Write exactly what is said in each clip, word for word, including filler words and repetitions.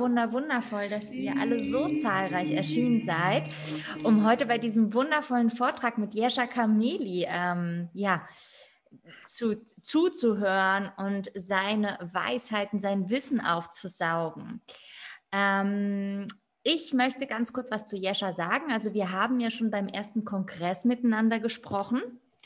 wunder, wundervoll, dass ihr alle so zahlreich erschienen seid, um heute bei diesem wundervollen Vortrag mit Jescha Kameli ähm, ja, zu, zuzuhören und seine Weisheiten, sein Wissen aufzusaugen. Ähm, ich möchte ganz kurz was zu Jescha sagen. Also wir haben ja schon beim ersten Kongress miteinander gesprochen.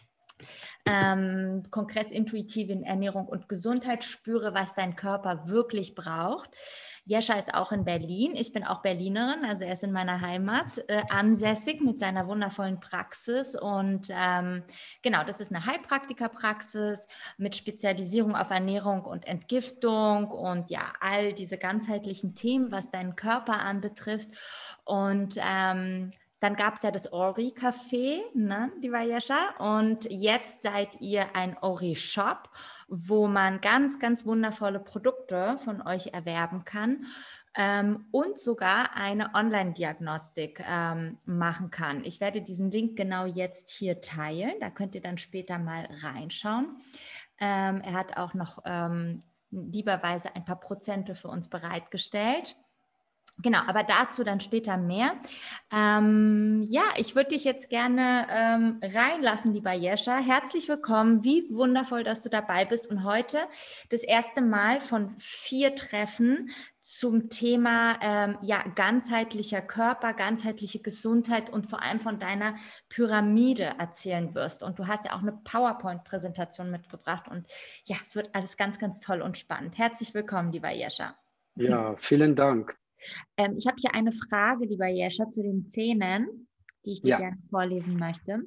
Ähm, Kongress Intuitive Ernährung und Gesundheit, spüre, was dein Körper wirklich braucht. Jescha ist auch in Berlin. Ich bin auch Berlinerin, also er ist in meiner Heimat äh, ansässig mit seiner wundervollen Praxis. Und ähm, genau, das ist eine Heilpraktikerpraxis mit Spezialisierung auf Ernährung und Entgiftung und ja, all diese ganzheitlichen Themen, was deinen Körper anbetrifft. Und ähm, dann gab es ja das Ori-Café, ne, lieber Jescha. Und jetzt seid ihr ein Ori-Shop, wo man ganz, ganz wundervolle Produkte von euch erwerben kann ähm, und sogar eine Online-Diagnostik ähm, machen kann. Ich werde diesen Link genau jetzt hier teilen. Da könnt ihr dann später mal reinschauen. Ähm, er hat auch noch ähm, lieberweise ein paar Prozente für uns bereitgestellt. Genau, aber dazu dann später mehr. Ähm, ja, ich würde dich jetzt gerne ähm, reinlassen, lieber Jescha. Herzlich willkommen. Wie wundervoll, dass du dabei bist und heute das erste Mal von vier Treffen zum Thema ähm, ja, ganzheitlicher Körper, ganzheitliche Gesundheit und vor allem von deiner Pyramide erzählen wirst. Und du hast ja auch eine PowerPoint-Präsentation mitgebracht und ja, es wird alles ganz, ganz toll und spannend. Herzlich willkommen, lieber Jescha. Ja, vielen Dank. Ähm, ich habe hier eine Frage, lieber Jescha, zu den Zähnen, die ich dir Ja. gerne vorlesen möchte.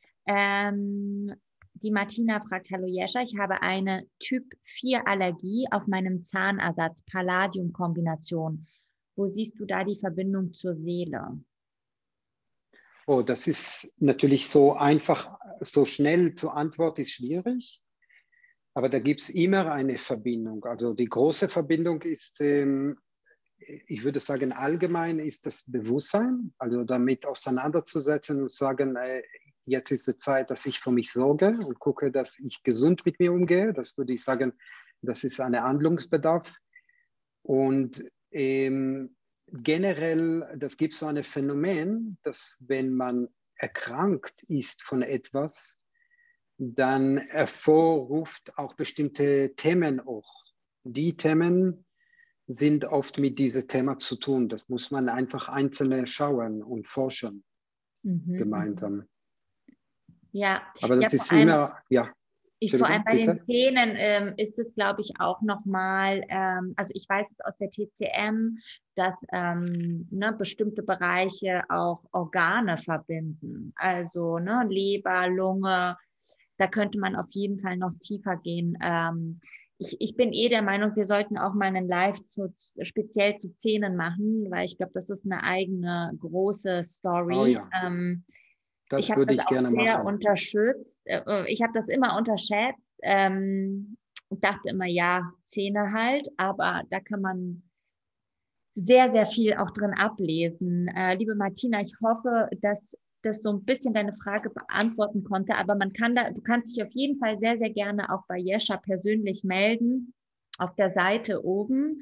Ähm, die Martina fragt, hallo Jescha, ich habe eine Typ vier Allergie auf meinem Zahnersatz, Palladium-Kombination. Wo siehst du da die Verbindung zur Seele? Oh, das ist natürlich so einfach, so schnell zu antworten ist schwierig, aber da gibt es immer eine Verbindung. Also die große Verbindung ist, ähm, ich würde sagen, allgemein ist das Bewusstsein, also damit auseinanderzusetzen und sagen, äh, jetzt ist die Zeit, dass ich für mich sorge und gucke, dass ich gesund mit mir umgehe. Das würde ich sagen, das ist ein Handlungsbedarf. Und ähm, generell, das gibt so ein Phänomen, dass wenn man erkrankt ist von etwas, dann hervorruft auch bestimmte Themen auch. Die Themen sind oft mit diesem Thema zu tun. Das muss man einfach einzelne schauen und forschen Mhm. gemeinsam. Ja, Aber ja, das vor ist allem, immer, ja. ich, vor allem bei bitte. den Zähnen ähm, ist es, glaube ich, auch nochmal, ähm, also ich weiß es aus der T C M, dass ähm, ne, bestimmte Bereiche auch Organe verbinden. Also ne, Leber, Lunge, da könnte man auf jeden Fall noch tiefer gehen. Ähm, ich, ich bin eh der Meinung, wir sollten auch mal einen Live zu, speziell zu Zähnen machen, weil ich glaube, das ist eine eigene große Story. Oh ja, Ähm, ich das habe würde das ich auch gerne sehr machen. unterschätzt. Äh, Ich habe das immer unterschätzt ähm, und dachte immer, ja, Zähne halt, aber da kann man sehr, sehr viel auch drin ablesen. Äh, liebe Martina, ich hoffe, dass das so ein bisschen deine Frage beantworten konnte, aber man kann da, du kannst dich auf jeden Fall sehr, sehr gerne auch bei Jescha persönlich melden, auf der Seite oben.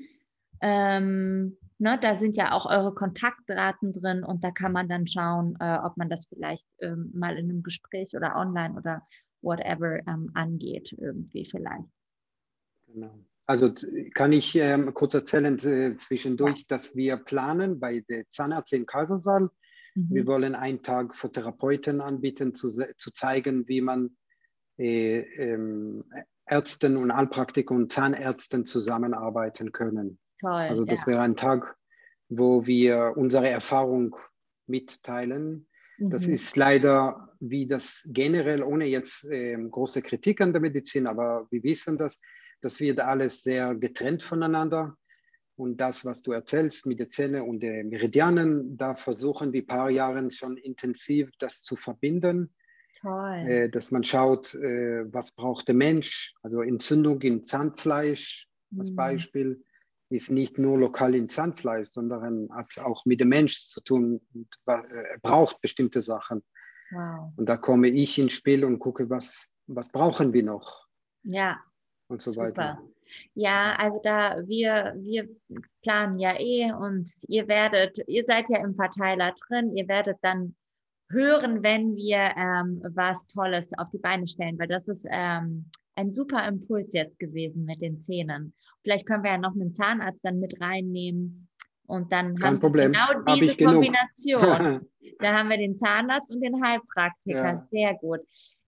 Ähm, ne, da sind ja auch eure Kontaktdaten drin und da kann man dann schauen, äh, ob man das vielleicht ähm, mal in einem Gespräch oder online oder whatever ähm, angeht, irgendwie vielleicht. Genau. Also kann ich ähm, kurz erzählen äh, zwischendurch, Ja. dass wir planen bei der Zahnärztin im Kaisersaal. Mhm. Wir wollen einen Tag für Therapeuten anbieten, zu, zu zeigen, wie man äh, ähm, Ärzten und Heilpraktikern und Zahnärzten zusammenarbeiten können. Toll, Also das ja. wäre ein Tag, wo wir unsere Erfahrung mitteilen. Das Mhm. ist leider, wie das generell, ohne jetzt äh, große Kritik an der Medizin, aber wir wissen das, das wird alles sehr getrennt voneinander. Und das, was du erzählst mit den Zähnen und den Meridianen, da versuchen wir ein paar Jahre schon intensiv das zu verbinden, Toll. äh, dass man schaut, äh, was braucht der Mensch. Also Entzündung im Zahnfleisch als Mhm. Beispiel ist nicht nur lokal im Zahnfleisch, sondern hat auch mit dem Mensch zu tun und er braucht bestimmte Sachen. Wow. Und da komme ich ins Spiel und gucke, was, was brauchen wir noch Ja, und so super. weiter. Ja, also da wir, wir planen ja eh und ihr werdet, ihr seid ja im Verteiler drin, ihr werdet dann hören, wenn wir ähm, was Tolles auf die Beine stellen, weil das ist ähm, ein super Impuls jetzt gewesen mit den Zähnen. Vielleicht können wir ja noch einen Zahnarzt dann mit reinnehmen und dann Kein haben wir Problem, genau habe diese ich genug. Kombination. Da haben wir den Zahnarzt und den Heilpraktiker. Ja, Sehr gut.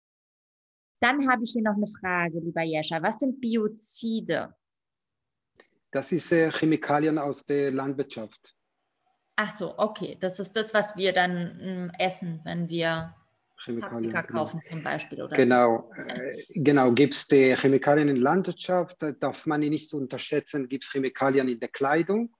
Dann habe ich hier noch eine Frage, lieber Jescha. Was sind Biozide? das ist äh, Chemikalien aus der Landwirtschaft. Ach so, okay. Das ist das, was wir dann mm, essen, wenn wir Paprika Chemikalien, genau. kaufen zum Beispiel oder so. Genau, äh, genau. Gibt es die Chemikalien in der Landwirtschaft, da darf man nicht unterschätzen, gibt es Chemikalien in der Kleidung,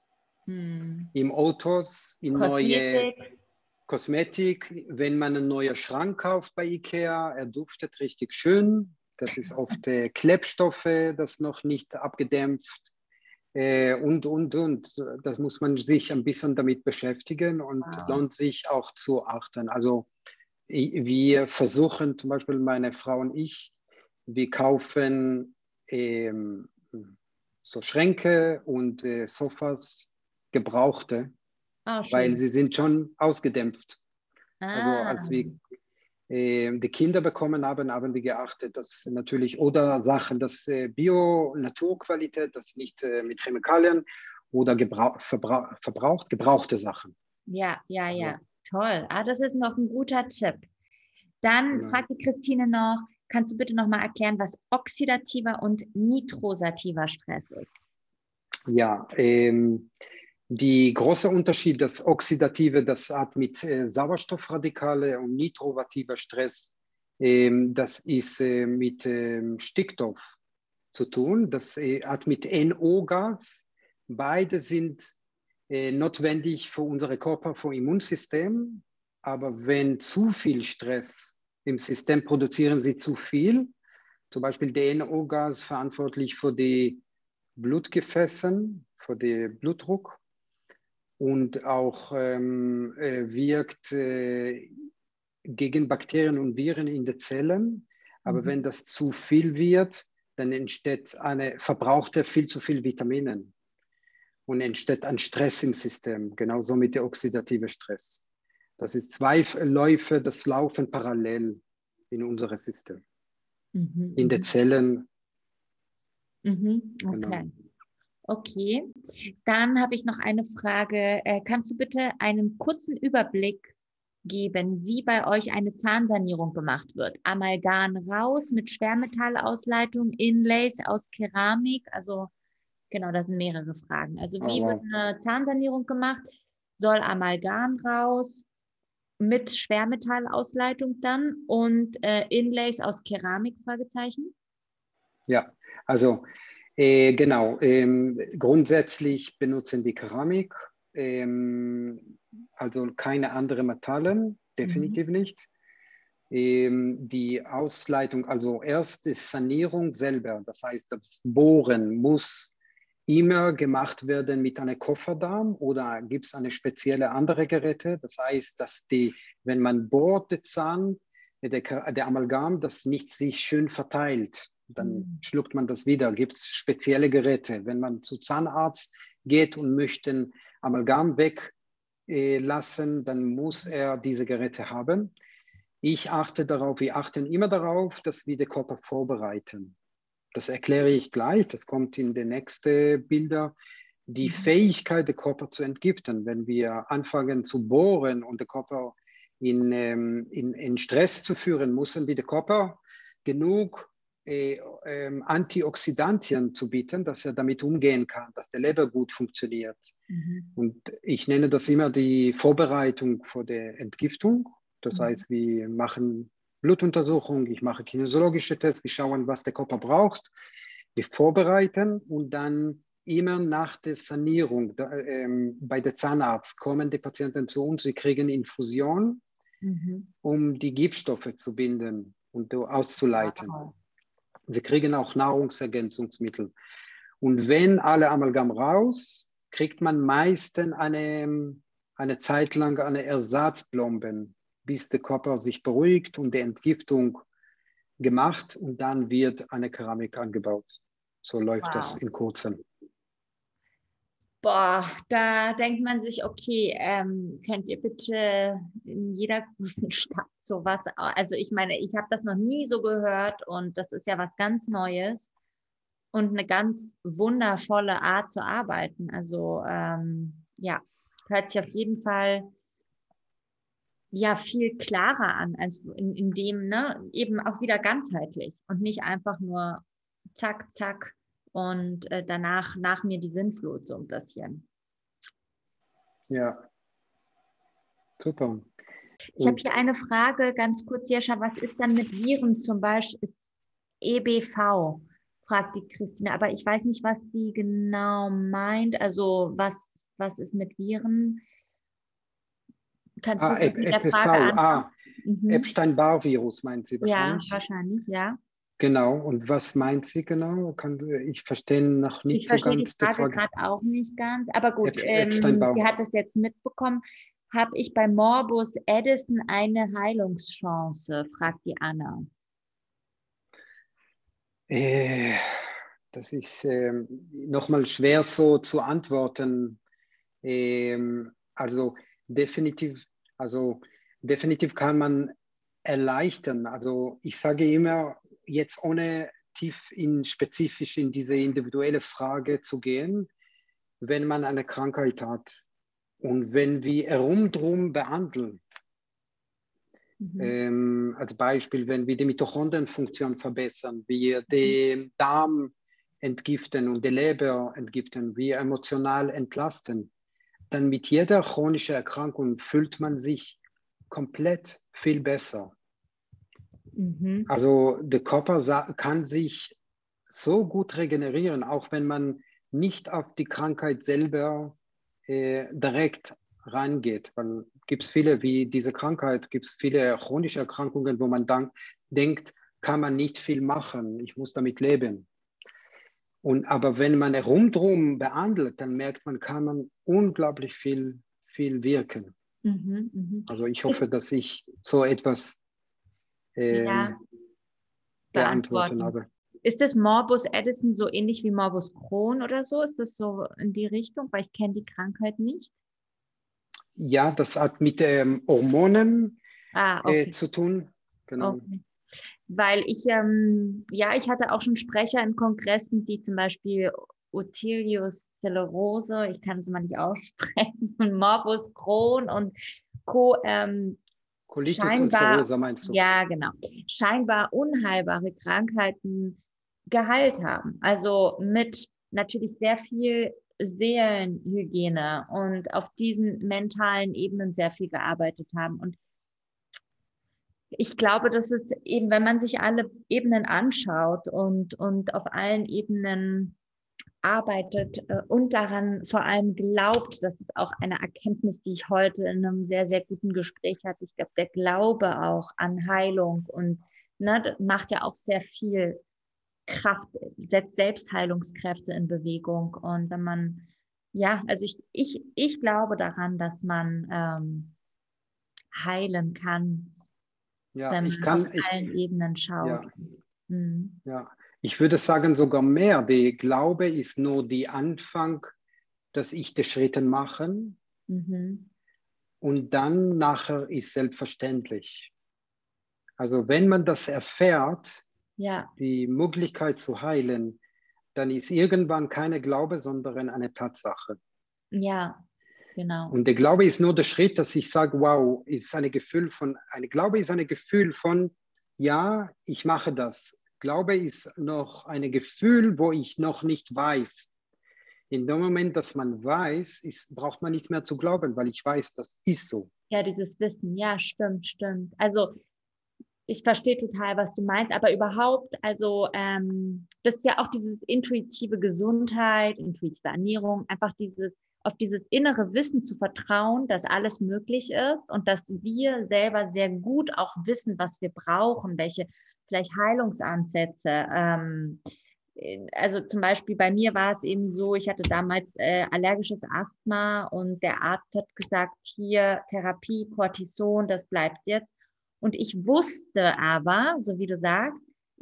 Hm. im Autos, in neue Kosmetik. Kosmetik. Wenn man einen neuen Schrank kauft bei IKEA, er duftet richtig schön. Das ist oft äh, Klebstoffe, das noch nicht abgedämpft. Äh, und, und, und. Das muss man sich ein bisschen damit beschäftigen und Wow. lohnt sich auch zu achten. Also wir versuchen, zum Beispiel meine Frau und ich, wir kaufen ähm, so Schränke und äh, Sofas gebrauchte, Oh, weil schön. sie sind schon ausgedämpft. Also Ah, als wir äh, die Kinder bekommen haben, haben wir geachtet, dass natürlich oder Sachen, das äh, Bio-Naturqualität, das nicht äh, mit Chemikalien oder gebrauch, verbrauch, verbraucht, gebrauchte Sachen. ja, ja, ja. Also, Toll. Ah, das ist noch ein guter Tipp. Dann genau. fragt die Christine noch, kannst du bitte noch mal erklären, was oxidativer und nitrosativer Stress ist? Ja, ähm, die große Unterschied, das Oxidative, das hat mit äh, Sauerstoffradikale und nitrogativer Stress, ähm, das ist äh, mit ähm, Stickstoff zu tun. Das äh, hat mit N O-Gas. Beide sind äh, notwendig für unsere Körper, für Immunsystem. Aber wenn zu viel Stress im System produzieren sie zu viel. Zum Beispiel der N O-Gas verantwortlich für die Blutgefäßen, für den Blutdruck und auch ähm, äh, wirkt äh, gegen Bakterien und Viren in den Zellen. Aber wenn Mhm. das zu viel wird, dann entsteht eine verbrauchte viel zu viel Vitaminen und entsteht ein Stress im System, genauso mit der oxidative Stress. Das ist zwei Läufe, das laufen parallel in unserem System, Mhm, in den mhm. Zellen, Mhm, genau. okay. Okay. Dann habe ich noch eine Frage. Äh, kannst du bitte einen kurzen Überblick geben, wie bei euch eine Zahnsanierung gemacht wird? Amalgam raus mit Schwermetallausleitung, Inlays aus Keramik. Also genau, das sind mehrere Fragen. Also wie wird Aber eine Zahnsanierung gemacht? Soll Amalgam raus mit Schwermetallausleitung dann und äh, Inlays aus Keramik? Fragezeichen. ja, also äh, genau, ähm, grundsätzlich benutzen die Keramik, ähm, also keine anderen Metallen, Mhm. definitiv nicht. Ähm, die Ausleitung, also erst die Sanierung selber, das heißt, das Bohren muss immer gemacht werden mit einem Kofferdamm oder gibt es eine spezielle andere Geräte. Das heißt, dass die, wenn man bohrt den Zahn, der, der Amalgam, das nicht sich schön verteilt, dann Mhm. schluckt man das wieder. Gibt es spezielle Geräte. Wenn man zu Zahnarzt geht und möchte Amalgam weglassen, dann muss er diese Geräte haben. Ich achte darauf, wir achten immer darauf, dass wir den Körper vorbereiten. Das erkläre ich gleich, das kommt in den nächsten Bilder. Die Mhm. Fähigkeit, den Körper zu entgiften, wenn wir anfangen zu bohren und den Körper in, ähm, in, in Stress zu führen, müssen wir den Körper genug äh, ähm, Antioxidantien zu bieten, dass er damit umgehen kann, dass der Leber gut funktioniert. Mhm. Und ich nenne das immer die Vorbereitung vor der Entgiftung. Das Mhm. heißt, wir machen Blutuntersuchung, ich mache kinesiologische Tests, wir schauen, was der Körper braucht, wir vorbereiten und dann immer nach der Sanierung da, ähm, bei der Zahnarzt kommen die Patienten zu uns, sie kriegen Infusion, Mhm. um die Giftstoffe zu binden und auszuleiten. Wow. Sie kriegen auch Nahrungsergänzungsmittel. Und wenn alle Amalgam raus, kriegt man meistens eine, eine Zeit lang eine Ersatzplomben, bis der Körper sich beruhigt und die Entgiftung gemacht und dann wird eine Keramik angebaut. So läuft Wow. das in kurzem. Boah, da denkt man sich, okay, ähm, könnt ihr bitte in jeder großen Stadt sowas, also ich meine, ich habe das noch nie so gehört und das ist ja was ganz Neues und eine ganz wundervolle Art zu arbeiten. Also ähm, ja, hört sich auf jeden Fall ja viel klarer an, als in, in dem, ne, eben auch wieder ganzheitlich und nicht einfach nur zack, zack und äh, danach nach mir die Sinnflut so ein bisschen. Ja, super. Ich habe hier eine Frage, ganz kurz, Jescha, was ist dann mit Viren, zum Beispiel E B V, fragt die Christine, aber ich weiß nicht, was sie genau meint, also was, was ist mit Viren? Kannst du Ah, mit der E P V, Frage anfangen? ah, Mhm. Epstein-Barr-Virus meint sie Ja, wahrscheinlich. wahrscheinlich, ja. Genau, und was meint sie genau? Kann, ich verstehe noch nicht Ich so verstehe die ganz die Frage Frage. gerade auch nicht ganz, aber gut, Ep ähm, Epstein-Barr. sie hat das jetzt mitbekommen. Habe ich bei Morbus Addison eine Heilungschance, fragt die Anna. Äh, das ist ähm, nochmal schwer so zu antworten. Ähm, also definitiv, also definitiv kann man erleichtern. Also ich sage immer, jetzt ohne tief in spezifisch in diese individuelle Frage zu gehen, wenn man eine Krankheit hat und wenn wir herumdrum behandeln, Mhm. ähm, als Beispiel, wenn wir die Mitochondrienfunktion verbessern, wir den Darm entgiften und die Leber entgiften, wir emotional entlasten, dann mit jeder chronischen Erkrankung fühlt man sich komplett viel besser. Mhm. Also der Körper kann sich so gut regenerieren, auch wenn man nicht auf die Krankheit selber äh, direkt rangeht. Weil gibt es viele, wie diese Krankheit, gibt es viele chronische Erkrankungen, wo man dann denkt, kann man nicht viel machen, ich muss damit leben. Und, aber wenn man rundherum behandelt, dann merkt man, kann man unglaublich viel, viel wirken. Mhm. Mhm. Also ich hoffe, dass ich so etwas ähm, Ja, beantworten beantworten. habe. Ist das Morbus Addison so ähnlich wie Morbus Crohn oder so? Ist das so in die Richtung? Weil ich kenne die Krankheit nicht. Ja, das hat mit ähm, Hormonen Ah, äh, okay. zu tun. Genau. Okay. Weil ich, ähm, ja, ich hatte auch schon Sprecher in Kongressen, die zum Beispiel Otilius celerose, ich kann es mal nicht aussprechen, und Morbus Crohn und Co. Ähm, Colitis scheinbar, ulcerosa meinst du? ja, genau, scheinbar unheilbare Krankheiten geheilt haben. Also mit natürlich sehr viel Seelenhygiene und auf diesen mentalen Ebenen sehr viel gearbeitet haben. Und ich glaube, dass es eben, wenn man sich alle Ebenen anschaut und, und auf allen Ebenen arbeitet äh, und daran vor allem glaubt, das ist auch eine Erkenntnis, die ich heute in einem sehr, sehr guten Gespräch hatte. Ich glaube, der Glaube auch an Heilung und ne, macht ja auch sehr viel Kraft, setzt Selbstheilungskräfte in Bewegung. Und wenn man, ja, also ich, ich, ich glaube daran, dass man ähm, heilen kann, Ja, wenn ich man auf kann, ich, allen Ebenen schaut. ja, Mhm. ja. Ich würde sagen sogar mehr. Der Glaube ist nur der Anfang, dass ich die Schritte mache Mhm. und dann nachher ist selbstverständlich. Also wenn man das erfährt, Ja, die Möglichkeit zu heilen, dann ist irgendwann keine Glaube, sondern eine Tatsache. ja, genau. Und der Glaube ist nur der Schritt, dass ich sage, wow, ist ein Gefühl von, ein Glaube ist ein Gefühl von, ja, ich mache das. Glaube ist noch ein Gefühl, wo ich noch nicht weiß. In dem Moment, dass man weiß, ist, braucht man nicht mehr zu glauben, weil ich weiß, das ist so. Ja, dieses Wissen, ja, stimmt, stimmt. Also ich verstehe total, was du meinst, aber überhaupt, also ähm, das ist ja auch dieses intuitive Gesundheit, intuitive Ernährung, einfach dieses auf dieses innere Wissen zu vertrauen, dass alles möglich ist und dass wir selber sehr gut auch wissen, was wir brauchen, welche vielleicht Heilungsansätze. Ähm, also zum Beispiel bei mir war es eben so, ich hatte damals äh, allergisches Asthma und der Arzt hat gesagt, hier Therapie, Cortison, das bleibt jetzt. Und ich wusste aber, so wie du sagst,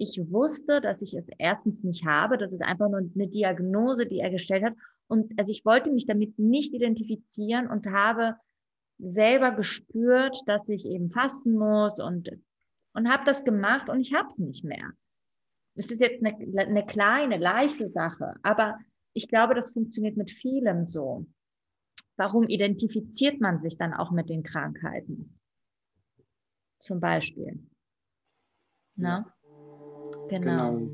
ich wusste, dass ich es erstens nicht habe. Das ist einfach nur eine Diagnose, die er gestellt hat. Und also ich wollte mich damit nicht identifizieren und habe selber gespürt, dass ich eben fasten muss und, und habe das gemacht und ich habe es nicht mehr. Es ist jetzt eine, eine kleine, leichte Sache, aber ich glaube, das funktioniert mit vielem so. Warum identifiziert man sich dann auch mit den Krankheiten? Zum Beispiel. Ja. Na? Genau. Genau.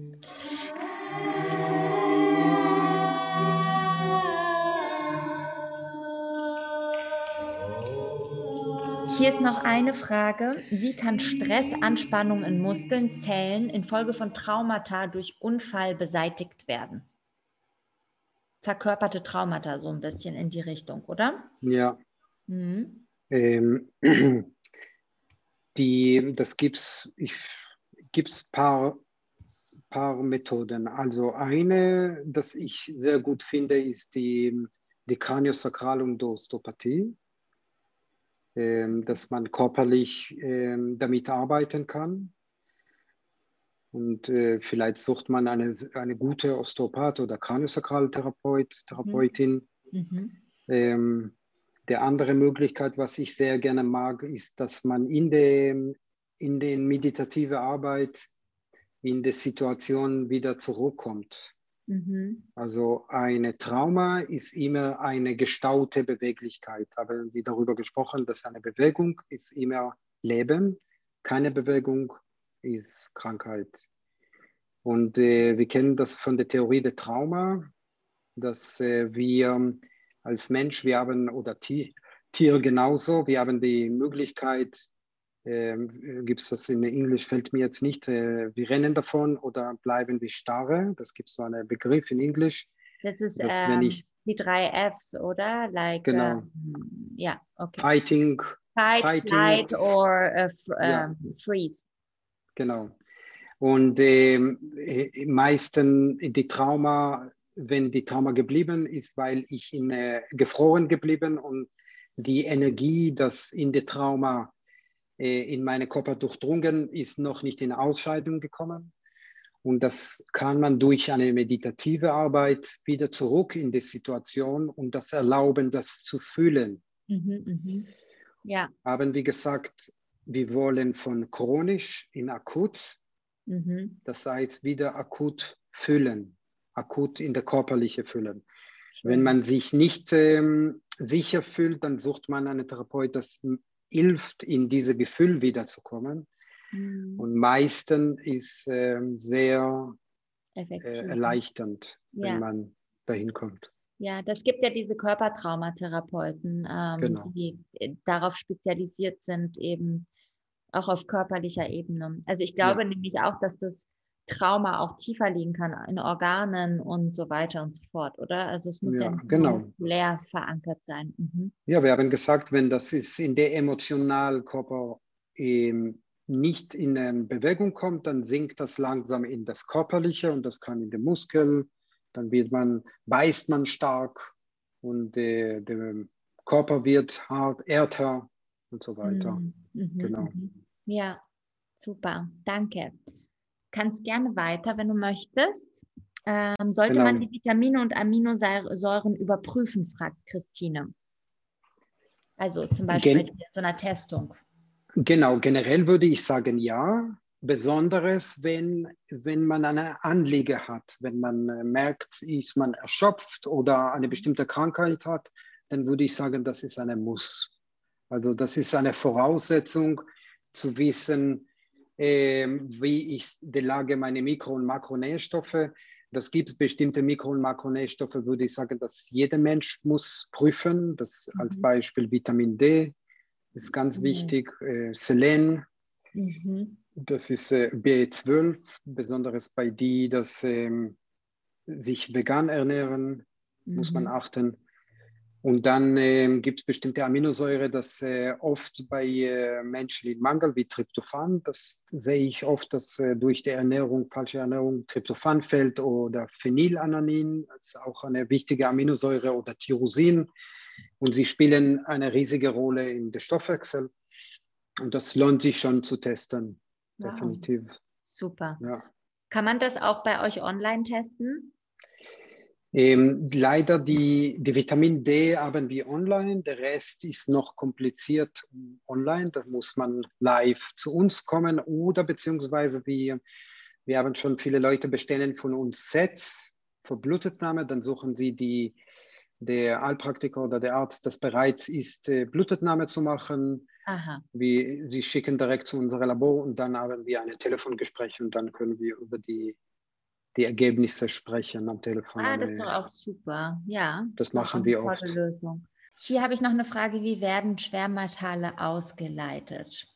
Hier ist noch eine Frage. Wie kann Stress, Anspannung in Muskeln, Zellen infolge von Traumata durch Unfall beseitigt werden? Verkörperte Traumata so ein bisschen in die Richtung, oder? Ja. Mhm. Ähm, die, das gibt's, ich gibt's paar, paar Methoden. Also eine, das ich sehr gut finde, ist die, die Kraniosakralum-Osteopathie, ähm, dass man körperlich ähm, damit arbeiten kann. Und äh, vielleicht sucht man eine, eine gute Osteopath oder Kraniosakraltherapeut, Therapeutin. Mhm. Ähm, der andere Möglichkeit, was ich sehr gerne mag, ist, dass man in dem, in den meditative Arbeit in der Situation wieder zurückkommt. Mhm. Also eine Trauma ist immer eine gestaute Beweglichkeit. Aber wie darüber gesprochen, dass eine Bewegung ist immer Leben, keine Bewegung ist Krankheit. Und äh, wir kennen das von der Theorie der Trauma, dass äh, wir als Mensch, wir haben, oder Tier, Tiere genauso, wir haben die Möglichkeit, äh, gibt es das in Englisch, fällt mir jetzt nicht, äh, wir rennen davon oder bleiben wir starre. Das gibt es so einen Begriff in Englisch, Das ist dass wenn ähm, ich, die drei Fs, oder? Like, genau, ähm, ja, okay. Fighting, Fight, Fighting, flight or uh, f- ja, ähm, freeze. genau. Und ähm, äh, meisten die Trauma, wenn die Trauma geblieben ist, weil ich in, äh, gefroren geblieben und die Energie, das in der Trauma äh, in meinen Körper durchdrungen ist, noch nicht in Ausscheidung gekommen. Und das kann man durch eine meditative Arbeit wieder zurück in die Situation und das erlauben, das zu fühlen. Mhm, mhm. Ja. Haben wir gesagt, wir wollen von chronisch in akut. Mhm. Das heißt, wieder akut füllen, akut in der körperliche Füllen. Wenn Schön. man sich nicht ähm, sicher fühlt, dann sucht man einen Therapeut, das hilft, in dieses Gefühl wiederzukommen. Mhm. Und meistens ist ähm, sehr äh, Effektiv. erleichternd, wenn Ja. man dahin kommt. Ja, das gibt ja diese Körpertraumatherapeuten, ähm, Genau. die äh, darauf spezialisiert sind, eben auch auf körperlicher Ebene. Also ich glaube Ja, nämlich auch, dass das Trauma auch tiefer liegen kann in Organen und so weiter und so fort, oder? Also es muss ja ja, nicht genau. molekulär verankert sein. Mhm. Ja, wir haben gesagt, wenn das ist in der Emotionalkörper ähm, nicht in ähm, Bewegung kommt, dann sinkt das langsam in das Körperliche und das kann in den Muskel, dann wird man, beißt man stark und äh, der Körper wird hart, härter und so weiter. Mhm. Mhm. Genau. Mhm. Ja, super, danke. Kannst gerne weiter, wenn du möchtest. Ähm, sollte man Genau. die Vitamine und Aminosäuren überprüfen, fragt Christine. Also zum Beispiel Gen bei so einer Testung. Genau, generell würde ich sagen ja, besonders wenn, wenn man eine Anliege hat, wenn man äh, merkt, ist man erschöpft oder eine bestimmte Krankheit hat, dann würde ich sagen, das ist eine Muss. Also das ist eine Voraussetzung zu wissen, ähm, wie ich die Lage meiner Mikro- und Makronährstoffe. Das gibt bestimmte Mikro- und Makronährstoffe, würde ich sagen, dass jeder Mensch muss prüfen. Das als Mhm. Beispiel Vitamin D ist ganz Mhm. wichtig. Äh, Selen, Mhm. das ist äh, B zwölf, besonders bei die, das ähm, sich vegan ernähren, muss man Mhm. achten. Und dann ähm, gibt es bestimmte Aminosäure, das äh, oft bei äh, Menschen in Mangel wie Tryptophan, das sehe ich oft, dass äh, durch die Ernährung, falsche Ernährung, Tryptophan fällt oder Phenylalanin, das ist auch eine wichtige Aminosäure oder Tyrosin. Und sie spielen eine riesige Rolle in der Stoffwechsel. Und das lohnt sich schon zu testen, Wow, definitiv. super. Ja. Kann man das auch bei euch online testen? Ähm, leider die, die Vitamin D haben wir online, der Rest ist noch kompliziert online. Da muss man live zu uns kommen oder beziehungsweise wir, wir haben schon viele Leute bestellen von uns Sets für Blutentnahme, dann suchen sie die, der Heilpraktiker oder der Arzt, das bereit ist, Blutentnahme zu machen. Aha. Wir, sie schicken direkt zu unserem Labor und dann haben wir ein Telefongespräch und dann können wir über die die Ergebnisse sprechen am Telefon. Ah, das ist doch auch super. Ja, das das ist machen auch wir eine tolle oft. Lösung. Hier habe ich noch eine Frage, wie werden Schwermetalle ausgeleitet?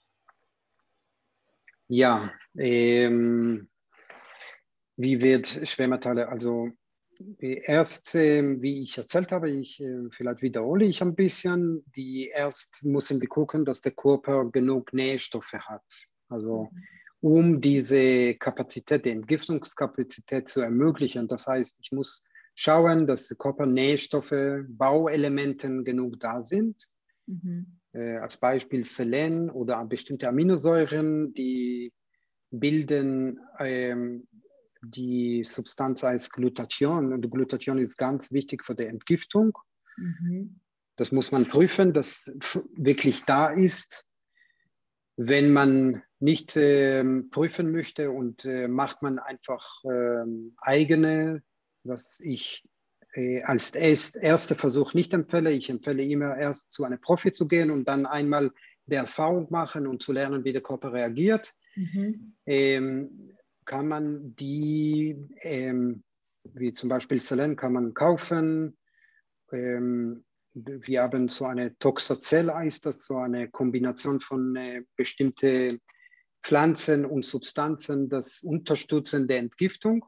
Ja, ähm, wie wird Schwermetalle, also erst, äh, wie ich erzählt habe, ich, äh, vielleicht wiederhole ich ein bisschen, die erst müssen wir gucken, dass der Körper genug Nährstoffe hat. Also um diese Kapazität, die Entgiftungskapazität zu ermöglichen. Das heißt, ich muss schauen, dass der Körper Nährstoffe, Bauelementen genug da sind. Mhm. Äh, als Beispiel Selen oder bestimmte Aminosäuren, die bilden ähm, die Substanz heißt Glutathion. Und Glutathion ist ganz wichtig für die Entgiftung. Mhm. Das muss man prüfen, dass wirklich da ist. Wenn man nicht ähm, prüfen möchte und äh, macht man einfach ähm, eigene, was ich äh, als erst, erster Versuch nicht empfehle. Ich empfehle immer erst zu einem Profi zu gehen und dann einmal die Erfahrung machen und zu lernen, wie der Körper reagiert. Mhm. Ähm, kann man die, ähm, wie zum Beispiel Selen, kann man kaufen. Ähm, wir haben so eine Toxazell, heißt das, so eine Kombination von äh, bestimmten Pflanzen und Substanzen, das unterstützen der Entgiftung.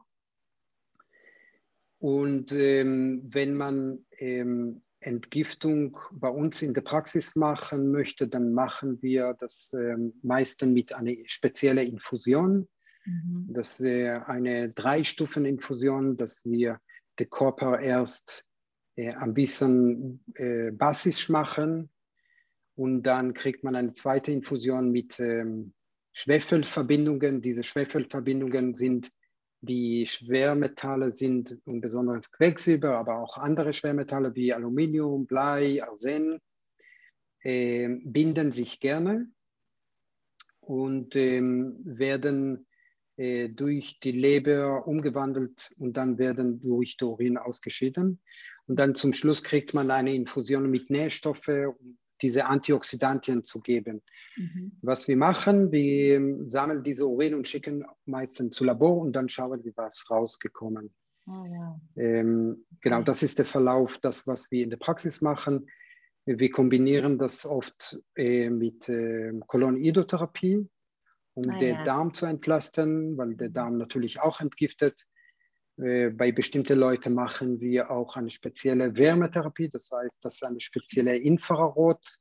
Und ähm, wenn man ähm, Entgiftung bei uns in der Praxis machen möchte, dann machen wir das ähm, meistens mit einer speziellen Infusion. Mhm. Das ist eine Drei-Stufen-Infusion, dass wir den Körper erst äh, ein bisschen äh, basisch machen und dann kriegt man eine zweite Infusion mit ähm, Schwefelverbindungen. Diese Schwefelverbindungen sind die Schwermetalle sind und besonders Quecksilber, aber auch andere Schwermetalle wie Aluminium, Blei, Arsen, äh, binden sich gerne und ähm, werden äh, durch die Leber umgewandelt und dann werden durch den Urin ausgeschieden. Und dann zum Schluss kriegt man eine Infusion mit Nährstoffen, um diese Antioxidantien zu geben. Mhm. Was wir machen, wir sammeln diese Urin und schicken meistens zu Labor und dann schauen wir, was rausgekommen. Oh, wow. Ähm, genau, Okay. das ist der Verlauf, das, was wir in der Praxis machen. Wir kombinieren das oft äh, mit äh, Kolonioidotherapie, um Ah, den ja. Darm zu entlasten, weil der Mhm. Darm natürlich auch entgiftet. Äh, bei bestimmten Leuten machen wir auch eine spezielle Wärmetherapie, das heißt, das ist eine spezielle Infrarot,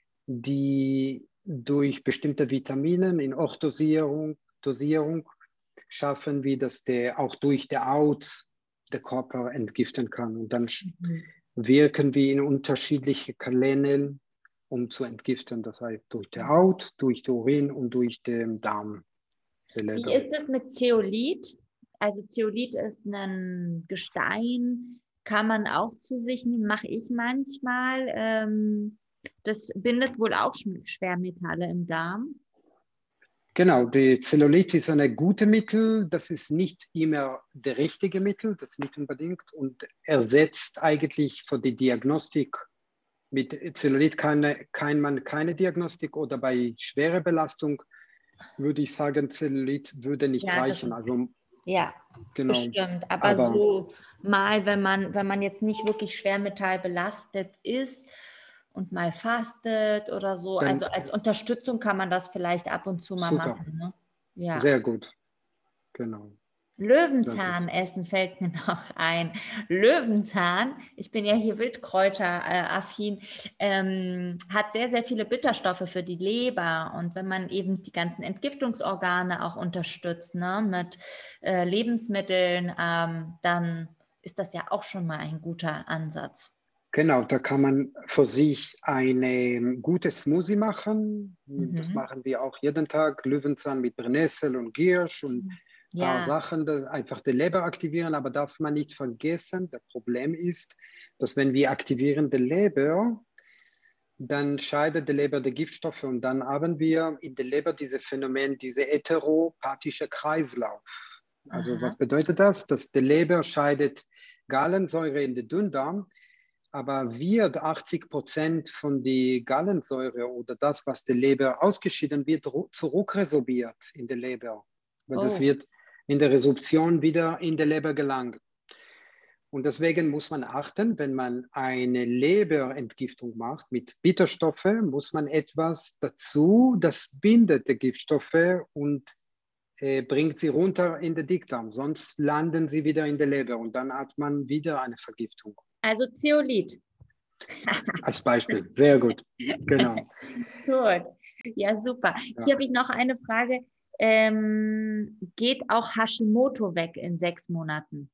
die durch bestimmte Vitamine in Hochdosierung Dosierung schaffen wir, dass der auch durch die Haut der Körper entgiften kann. Und dann Mhm. wirken wir in unterschiedliche Kanäle, um zu entgiften. Das heißt, durch die Haut, durch den Urin und durch den Darm der Wie Leber. ist es mit Zeolit? Also Zeolit ist ein Gestein, kann man auch zu sich nehmen, mache ich manchmal. Ähm, das bindet wohl auch Schwermetalle im Darm. Genau, die Zellulit ist ein gutes Mittel. Das ist nicht immer der richtige Mittel, das nicht unbedingt und ersetzt eigentlich für die Diagnostik. Mit Zellulit kann, kann man keine Diagnostik oder bei schwerer Belastung würde ich sagen, Zellulit würde nicht Ja, das reichen. ist, Also ja, genau, bestimmt. Aber aber so mal, wenn man, wenn man jetzt nicht wirklich schwermetallbelastet ist und mal fastet oder so, dann also als Unterstützung kann man das vielleicht ab und zu mal super, machen, ne? Ja. sehr gut, genau, sehr Löwenzahn gut. essen fällt mir noch ein. Löwenzahn, ich bin ja hier Wildkräuter-affin, ähm, hat sehr, sehr viele Bitterstoffe für die Leber. Und wenn man eben die ganzen Entgiftungsorgane auch unterstützt, ne, mit äh, Lebensmitteln, ähm, dann ist das ja auch schon mal ein guter Ansatz. Genau, da kann man für sich eine gute Smoothie machen. Das Mhm. machen wir auch jeden Tag. Löwenzahn mit Brennnessel und Giersch und paar Ja. Sachen, das einfach die Leber aktivieren, aber darf man nicht vergessen, das Problem ist, dass wenn wir aktivieren die Leber, dann scheidet die Leber die Giftstoffe und dann haben wir in der Leber dieses Phänomen, diese heteropathische Kreislauf. Also Aha. was bedeutet das? Dass die Leber scheidet Gallensäure in den Dünndarm, aber wird achtzig Prozent von der Gallensäure oder das, was die Leber ausgeschieden wird, zurückresorbiert in der Leber. Weil das Oh. wird in der Resorption wieder in der Leber gelangen. Und deswegen muss man achten, wenn man eine Leberentgiftung macht mit Bitterstoffen, muss man etwas dazu, das bindet die Giftstoffe und äh, bringt sie runter in den Dickdarm. Sonst landen sie wieder in der Leber und dann hat man wieder eine Vergiftung. Also Zeolit. Als Beispiel. Sehr gut. Genau. Gut. Ja, super. Ja. Hier habe ich noch eine Frage. Ähm, geht auch Hashimoto weg in sechs Monaten?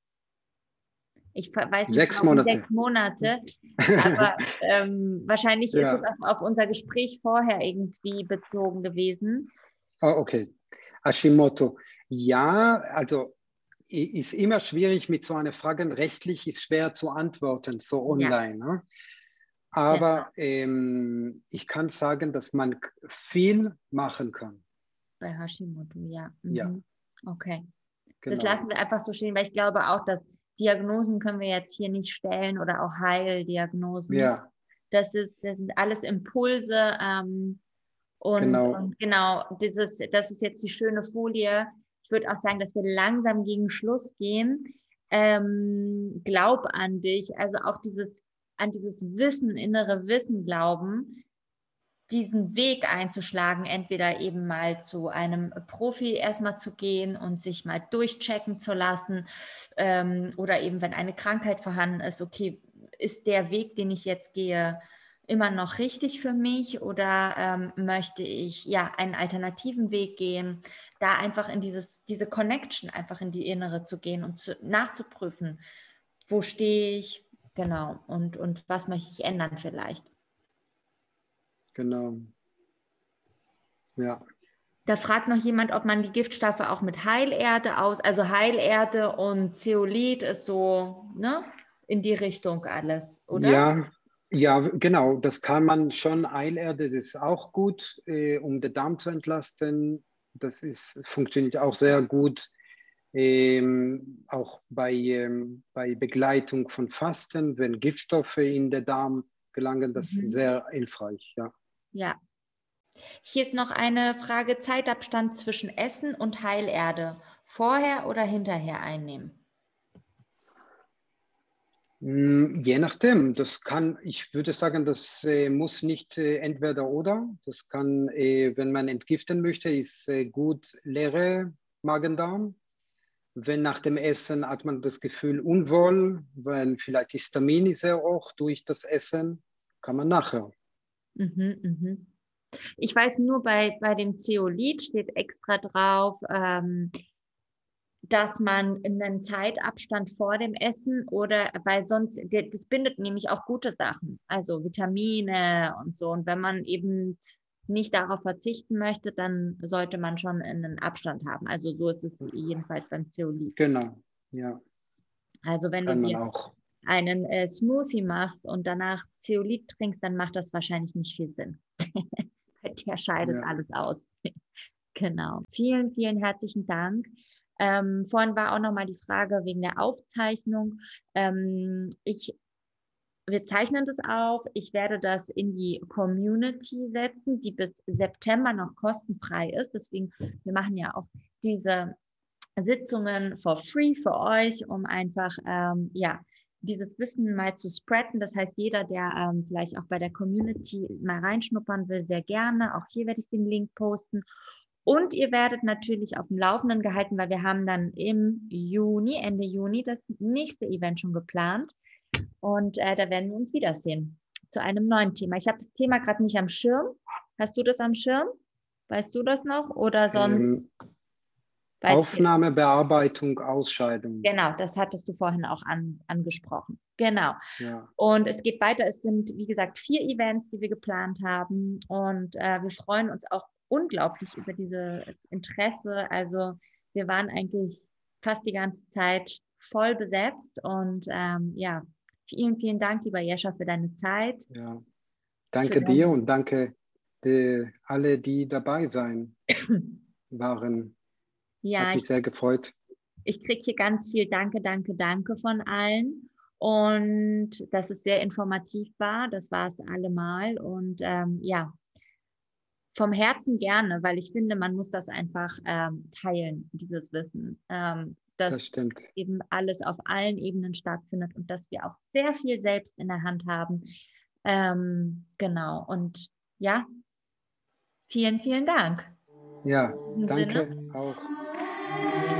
Ich weiß nicht Sechs warum Monate. sechs Monate, aber ähm, wahrscheinlich ist es Ja. auf, auf unser Gespräch vorher irgendwie bezogen gewesen. Oh, okay. Hashimoto. Ja, also ist immer schwierig mit so einer Frage. Rechtlich ist schwer zu antworten, so online. Ja. Ne? Genau. Aber ähm, ich kann sagen, dass man viel machen kann. Bei Hashimoto, ja. Mhm. Ja. Okay. Genau. Das lassen wir einfach so stehen, weil ich glaube auch, dass Diagnosen können wir jetzt hier nicht stellen oder auch Heildiagnosen. Ja. Das, ist, das sind alles Impulse. Ähm, und, Genau. und genau, dieses, das ist jetzt die schöne Folie. Ich würde auch sagen, dass wir langsam gegen Schluss gehen. Ähm, glaub an dich, also auch dieses, an dieses Wissen, innere Wissen glauben, diesen Weg einzuschlagen, entweder eben mal zu einem Profi erstmal zu gehen und sich mal durchchecken zu lassen ähm, oder eben, wenn eine Krankheit vorhanden ist, okay, ist der Weg, den ich jetzt gehe, immer noch richtig für mich oder ähm, möchte ich ja einen alternativen Weg gehen, da einfach in dieses, diese Connection einfach in die Innere zu gehen und zu, nachzuprüfen, wo stehe ich, genau, und, und was möchte ich ändern vielleicht. Genau. Ja. Da fragt noch jemand, ob man die Giftstoffe auch mit Heilerde aus, also Heilerde und Zeolit ist so, ne, in die Richtung alles, oder? Ja, ja, genau. Das kann man schon. Eilerde, das ist auch gut, äh, um den Darm zu entlasten. Das ist, funktioniert auch sehr gut. Ähm, auch bei, ähm, bei Begleitung von Fasten, wenn Giftstoffe in den Darm gelangen, das ist Mhm. sehr hilfreich. Ja. Ja. Hier ist noch eine Frage: Zeitabstand zwischen Essen und Heilerde. Vorher oder hinterher einnehmen? Je nachdem, das kann, ich würde sagen, das äh, muss nicht äh, entweder oder. Das kann, äh, wenn man entgiften möchte, ist äh, gut leere Magen-Darm. Wenn nach dem Essen hat man das Gefühl unwohl, weil vielleicht Histamin ist sehr hoch durch das Essen, kann man nachher. Mhm, mhm. Ich weiß nur, bei, bei dem Zeolit steht extra drauf, ähm, dass man einen Zeitabstand vor dem Essen oder, weil sonst, das bindet nämlich auch gute Sachen, also Vitamine und so. Und wenn man eben nicht darauf verzichten möchte, dann sollte man schon einen Abstand haben. Also so ist es jedenfalls beim Zeolit. Genau, ja. Also wenn du Kann man dir auch. einen äh, Smoothie machst und danach Zeolit trinkst, dann macht das wahrscheinlich nicht viel Sinn. Der scheidet Ja. alles aus. Genau. Vielen, vielen herzlichen Dank. Ähm, vorhin war auch nochmal die Frage wegen der Aufzeichnung. Ähm, ich, wir zeichnen das auf. Ich werde das in die Community setzen, die bis September noch kostenfrei ist. Deswegen, wir machen ja auch diese Sitzungen for free für euch, um einfach, ähm, ja, dieses Wissen mal zu spreaden. Das heißt, jeder, der ähm, vielleicht auch bei der Community mal reinschnuppern will, sehr gerne. Auch hier werde ich den Link posten. Und ihr werdet natürlich auf dem Laufenden gehalten, weil wir haben dann im Juni, Ende Juni, das nächste Event schon geplant. Und äh, da werden wir uns wiedersehen zu einem neuen Thema. Ich habe das Thema gerade nicht am Schirm. Hast du das am Schirm? Weißt du das noch? Oder sonst? Ähm, weiß Aufnahme, Bearbeitung, Ausscheidung. Genau, das hattest du vorhin auch an, angesprochen. Genau. Ja. Und es geht weiter. Es sind, wie gesagt, vier Events, die wir geplant haben. Und äh, wir freuen uns auch unglaublich über dieses Interesse. Also wir waren eigentlich fast die ganze Zeit voll besetzt. Und ähm, ja, vielen, vielen Dank, lieber Jescha, für deine Zeit. Ja. Danke dir und danke die, alle, die dabei sein waren. Ja, Hat mich ich, sehr gefreut. ich kriege hier ganz viel Danke, danke, danke von allen. Und dass es sehr informativ war, das war es allemal. Und ähm, ja, vom Herzen gerne, weil ich finde, man muss das einfach ähm, teilen, dieses Wissen, ähm, Das dass stimmt. eben alles auf allen Ebenen stattfindet und dass wir auch sehr viel selbst in der Hand haben. Ähm, genau. Und ja, vielen, vielen Dank. Ja, In diesem danke Sinne. auch.